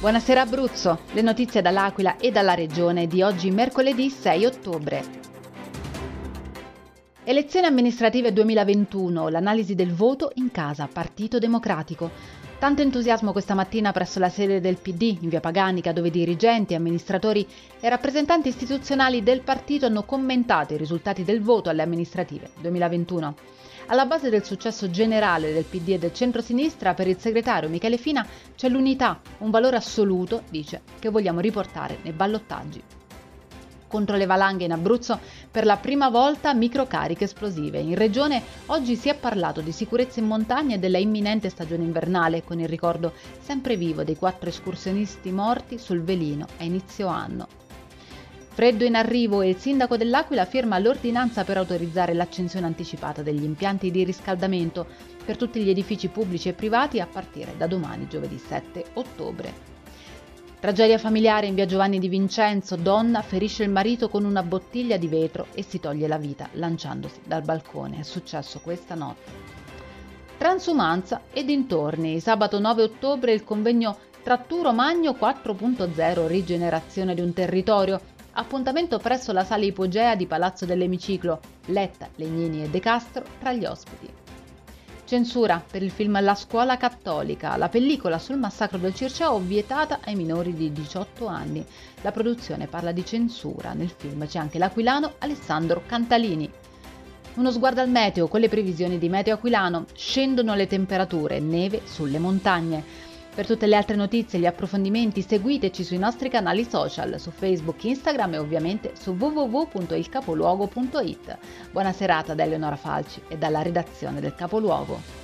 Buonasera Abruzzo, le notizie dall'Aquila e dalla regione di oggi mercoledì 6 ottobre. Elezioni amministrative 2021, l'analisi del voto in casa, Partito Democratico. Tanto entusiasmo questa mattina presso la sede del PD in via Paganica, dove dirigenti, amministratori e rappresentanti istituzionali del partito hanno commentato i risultati del voto alle amministrative 2021. Alla base del successo generale del PD e del centrosinistra, per il segretario Michele Fina c'è l'unità, un valore assoluto, dice, che vogliamo riportare nei ballottaggi. Contro le valanghe in Abruzzo, per la prima volta microcariche esplosive. In regione oggi si è parlato di sicurezza in montagna e della imminente stagione invernale, con il ricordo sempre vivo dei 4 escursionisti morti sul Velino a inizio anno. Freddo in arrivo e il sindaco dell'Aquila firma l'ordinanza per autorizzare l'accensione anticipata degli impianti di riscaldamento per tutti gli edifici pubblici e privati a partire da domani, giovedì 7 ottobre. Tragedia familiare in via Giovanni di Vincenzo, donna ferisce il marito con una bottiglia di vetro e si toglie la vita lanciandosi dal balcone. È successo questa notte. Transumanza e dintorni. Sabato 9 ottobre il convegno Tratturo Magno 4.0 Rigenerazione di un territorio. Appuntamento presso la sala ipogea di Palazzo dell'Emiciclo. Letta, Legnini e De Castro tra gli ospiti. Censura per il film La scuola cattolica. La pellicola sul massacro del Circeo vietata ai minori di 18 anni. La produzione parla di censura. Nel film c'è anche l'aquilano Alessandro Cantalini. Uno sguardo al meteo con le previsioni di Meteo Aquilano. Scendono le temperature, neve sulle montagne. Per tutte le altre notizie e gli approfondimenti seguiteci sui nostri canali social, su Facebook, Instagram e ovviamente su www.ilcapoluogo.it. Buona serata da Eleonora Falci e dalla redazione del Capoluogo.